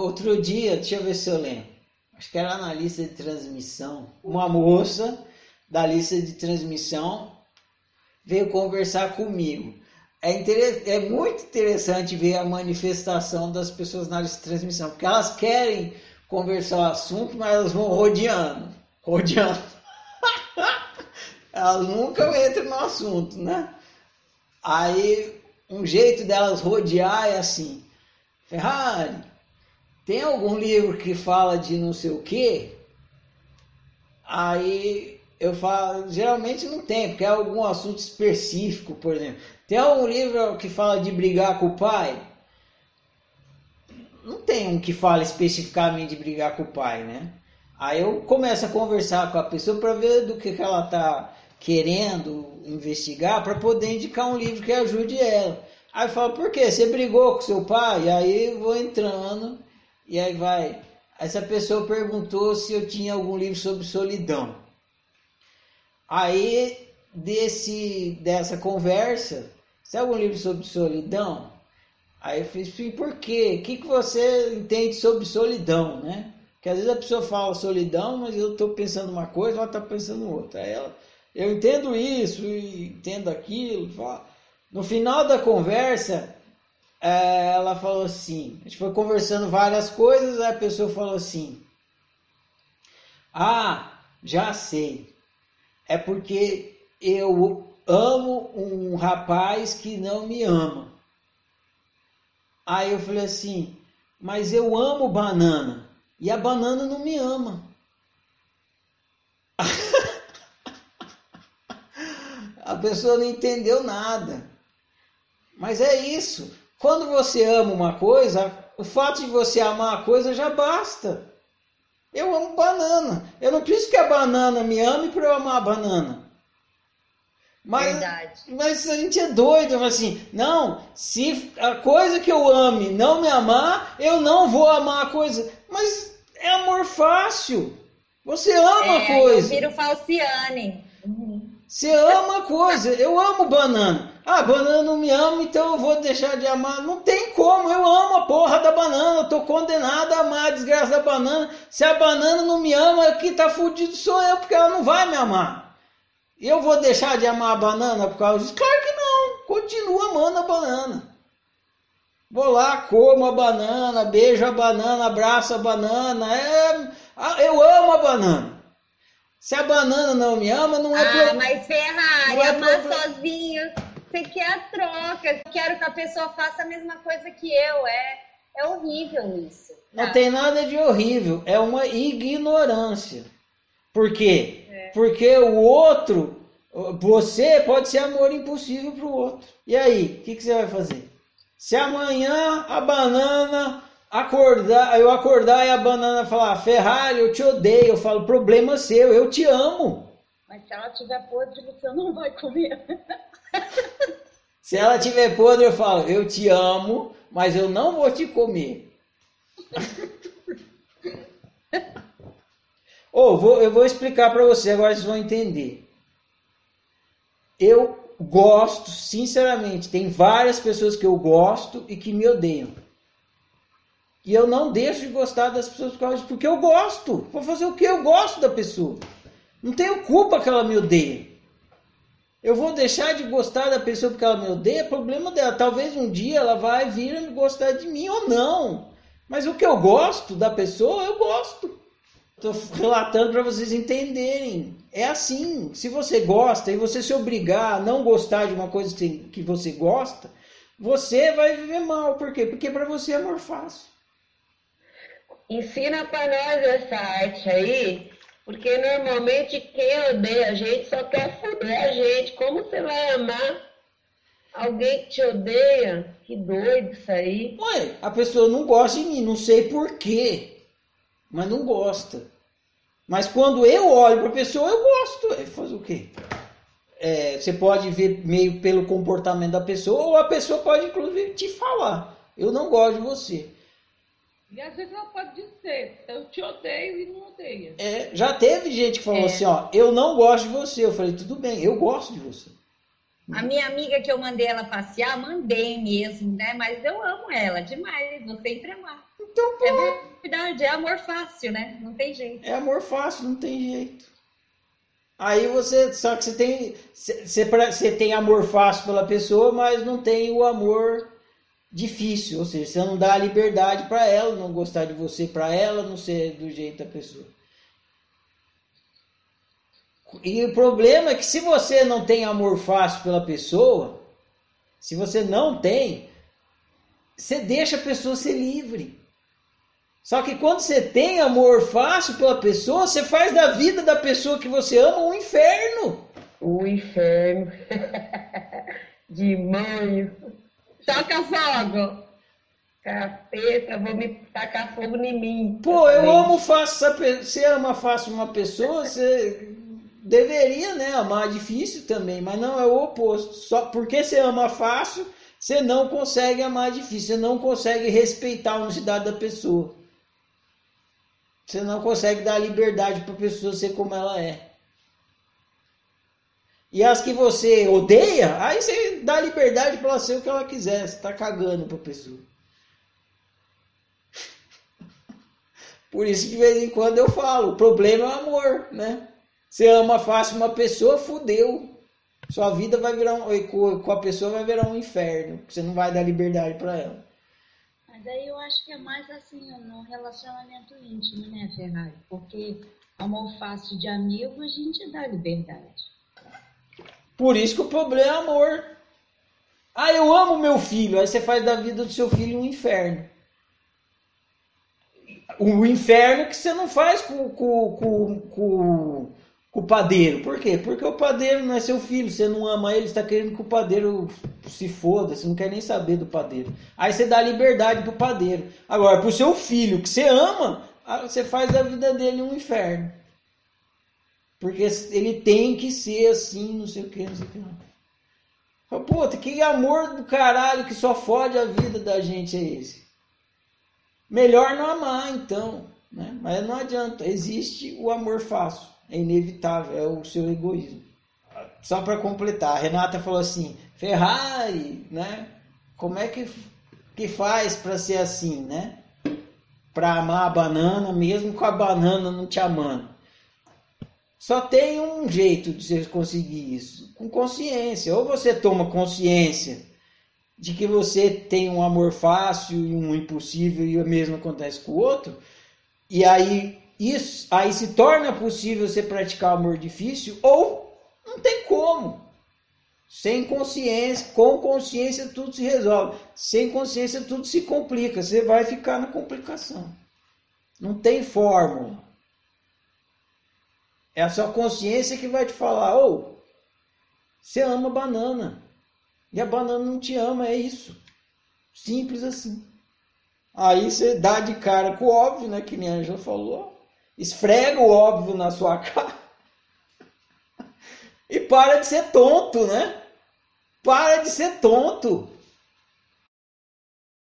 outro dia, deixa eu ver se eu lembro. Acho que era na lista de transmissão. Uma moça da lista de transmissão veio conversar comigo. É muito interessante ver a manifestação das pessoas na lista de transmissão, porque elas querem conversar o assunto, mas elas vão rodeando. Elas nunca entram no assunto, né? Aí, um jeito delas rodear é assim: Ferrari, tem algum livro que fala de não sei o quê? Aí eu falo, geralmente não tem, porque é algum assunto específico, por exemplo. Tem algum livro que fala de brigar com o pai? Não tem um que fala especificamente de brigar com o pai, né? Aí eu começo a conversar com a pessoa para ver do que ela está querendo investigar, para poder indicar um livro que ajude ela. Aí eu falo, por quê? Você brigou com seu pai? E aí eu vou entrando, e aí vai. Essa pessoa perguntou se eu tinha algum livro sobre solidão. Aí, dessa conversa, você tem algum livro sobre solidão? Aí eu fiz, por quê? O que você entende sobre solidão, né? Porque às vezes a pessoa fala solidão, mas eu estou pensando uma coisa, ela está pensando outra. Aí eu entendo isso e entendo aquilo. No final da conversa, ela falou assim, a gente foi conversando várias coisas, aí a pessoa falou assim, já sei, é porque eu amo um rapaz que não me ama. Aí eu falei assim, mas eu amo banana, e a banana não me ama. A pessoa não entendeu nada. Mas é isso. Quando você ama uma coisa, o fato de você amar a coisa já basta. Eu amo banana. Eu não preciso que a banana me ame para eu amar a banana. Mas a gente é doido, assim, não, se a coisa que eu ame não me amar, eu não vou amar a coisa. Mas é amor fácil. Você ama a coisa. Eu viro falciane. Você ama a coisa. Eu amo banana. Banana não me ama, então eu vou deixar de amar. Não tem como, eu amo a porra da banana. Eu tô condenado a amar a desgraça da banana. Se a banana não me ama, quem tá fudido sou eu, porque ela não vai me amar. E eu vou deixar de amar a banana por causa disso? Claro que não. Continuo amando a banana. Vou lá, como a banana, beijo a banana, abraço a banana. Eu amo a banana. Se a banana não me ama, não é problema. Mas Ferrari, amar sozinho, você quer a troca. Eu quero que a pessoa faça a mesma coisa que eu. É horrível isso. Tá? Não tem nada de horrível. É uma ignorância. Por quê? Porque o outro, você pode ser amor impossível para o outro. E aí, o que você vai fazer? Se amanhã a banana eu acordar e a banana falar, Ferrari, eu te odeio, eu falo, problema seu, eu te amo. Mas se ela tiver podre, você não vai comer. Se ela tiver podre, eu falo, eu te amo, mas eu não vou te comer. Eu vou explicar para você, agora vocês vão entender. Eu gosto, sinceramente, tem várias pessoas que eu gosto e que me odeiam. E eu não deixo de gostar das pessoas por causa disso, porque eu gosto. Vou fazer o que? Eu gosto da pessoa. Não tenho culpa que ela me odeie. Eu vou deixar de gostar da pessoa porque ela me odeia, é problema dela. Talvez um dia ela vai vir a me gostar de mim ou não. Mas o que eu gosto da pessoa, eu gosto. Estou relatando para vocês entenderem. É assim, se você gosta e você se obrigar a não gostar de uma coisa que você gosta, você vai viver mal. Por quê? Porque para você é amor fácil. Ensina para nós essa arte aí, porque normalmente quem odeia a gente só quer foder a gente. Como você vai amar alguém que te odeia? Que doido isso aí. Ué, a pessoa não gosta de mim, não sei por quê. Mas não gosta. Mas quando eu olho para a pessoa, eu gosto. Fazer o quê? Você pode ver meio pelo comportamento da pessoa, ou a pessoa pode inclusive te falar, eu não gosto de você. E às vezes ela pode dizer, eu te odeio e não odeia. Já teve gente que falou assim, eu não gosto de você. Eu falei, tudo bem, eu gosto de você. A minha amiga que eu mandei ela passear, mandei mesmo, né? Mas eu amo ela demais, vou sempre amar. Então, pô, É verdade, é amor fácil, né? Não tem jeito. é amor fácil, não tem jeito. Aí você, só que você tem amor fácil pela pessoa, mas não tem o amor difícil, ou seja, você não dá a liberdade para ela, não gostar de você, para ela não ser do jeito da pessoa. E o problema é que se você não tem amor fácil pela pessoa, se você não tem, você deixa a pessoa ser livre. Só que quando você tem amor fácil pela pessoa, você faz da vida da pessoa que você ama um inferno. O inferno. Demônio. Toca fogo! Capeta, vou me tacar fogo em mim. Pô, eu amo fácil essa pessoa. Você ama fácil uma pessoa, você deveria, né, amar difícil também, mas não, é o oposto. Só porque você ama fácil, você não consegue amar difícil, você não consegue respeitar a unicidade da pessoa. Você não consegue dar liberdade para a pessoa ser como ela é. E as que você odeia, aí você dá liberdade para ela ser o que ela quiser. Você está cagando para a pessoa. Por isso que de vez em quando eu falo, o problema é o amor, né? Você ama fácil uma pessoa, fudeu. Sua vida vai virar com a pessoa vai virar um inferno. Você não vai dar liberdade para ela. Mas aí eu acho que é mais assim no relacionamento íntimo, né, Ferrari? Porque amor fácil de amigo a gente dá liberdade. Por isso que o problema é amor. Ah, eu amo meu filho. Aí você faz da vida do seu filho um inferno. O inferno que você não faz com o padeiro. Por quê? Porque o padeiro não é seu filho. Você não ama ele, você está querendo que o padeiro se foda. Você não quer nem saber do padeiro. Aí você dá liberdade pro padeiro. Agora, pro seu filho que você ama, você faz da vida dele um inferno. Porque ele tem que ser assim, não sei o que, não sei o que. Puta, que amor do caralho que só fode a vida da gente é esse? Melhor não amar, então. Né? Mas não adianta, existe o amor fácil. É inevitável, é o seu egoísmo. Só para completar, a Renata falou assim, Ferrari, né? Como é que faz para ser assim, né? Para amar a banana, mesmo com a banana não te amando. Só tem um jeito de você conseguir isso, com consciência. Ou você toma consciência de que você tem um amor fácil e um impossível e o mesmo acontece com o outro, e aí se torna possível você praticar o amor difícil, ou não tem como. Sem consciência, com consciência tudo se resolve. Sem consciência tudo se complica, você vai ficar na complicação. Não tem fórmula. É a sua consciência que vai te falar, você ama banana. E a banana não te ama, é isso. Simples assim. Aí você dá de cara com o óbvio, né? Que nem a Ângela falou. Esfrega o óbvio na sua cara. E para de ser tonto, né? Para de ser tonto.